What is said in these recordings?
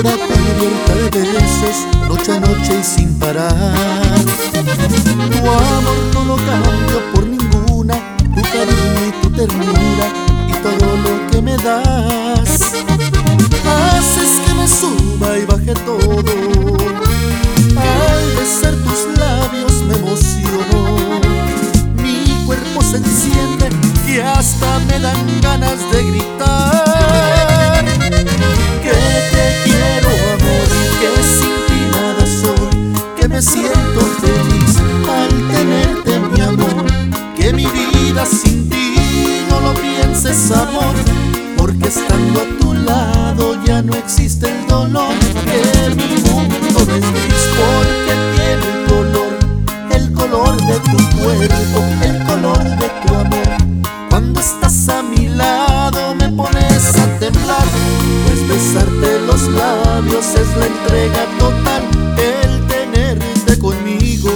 boca cubierta de besos, noche a noche y sin parar. Tu amor no lo cambio por ninguna, tu cariño y tu ternura y todo lo que me das. Haces que me suba y baje todo. Al besar tus labios me emociono. Mi cuerpo se enciende que hasta me dan ganas de gritar. Que te quiero, amor, y que sin ti nada soy. Que me siento feliz al tenerte, mi amor. Que mi vida sin ti no lo pienses, amor. Porque estando a tu lado ya no existe el dolor. Que mi mundo no es gris porque tiene el color de tu cuerpo, el color de tu amor. Cuando estás a mi lado me pones a temblar, pues besarte los labios es la entrega total. El tenerte conmigo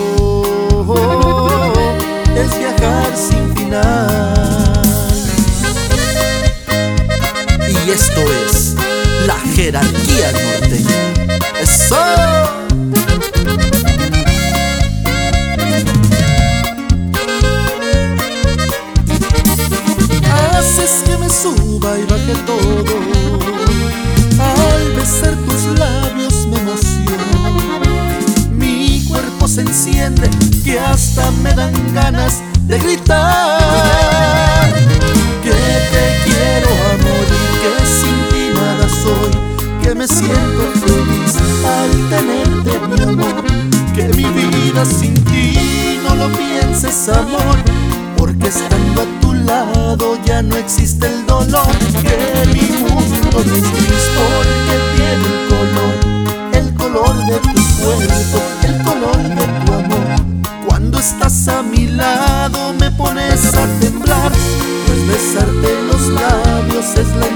es viajar sin final. Y esto es la jerarquía norteña. ¡Eso! Haces que me suba y baje todo. Al besar tus labios me emociono. Mi cuerpo se enciende que hasta me dan ganas de gritar. Que te quiero, amor, y que sin ti nada soy. Que me siento feliz al tenerte, mi amor. Que mi vida sin ti no lo pienses, amor. Porque estando a tu lado ya no existe el dolor. Que mi mundo no es gris porque tiene el color de tu cuerpo, el color de tu amor. Cuando estás a mi lado me pones a temblar, pues besarte los labios es la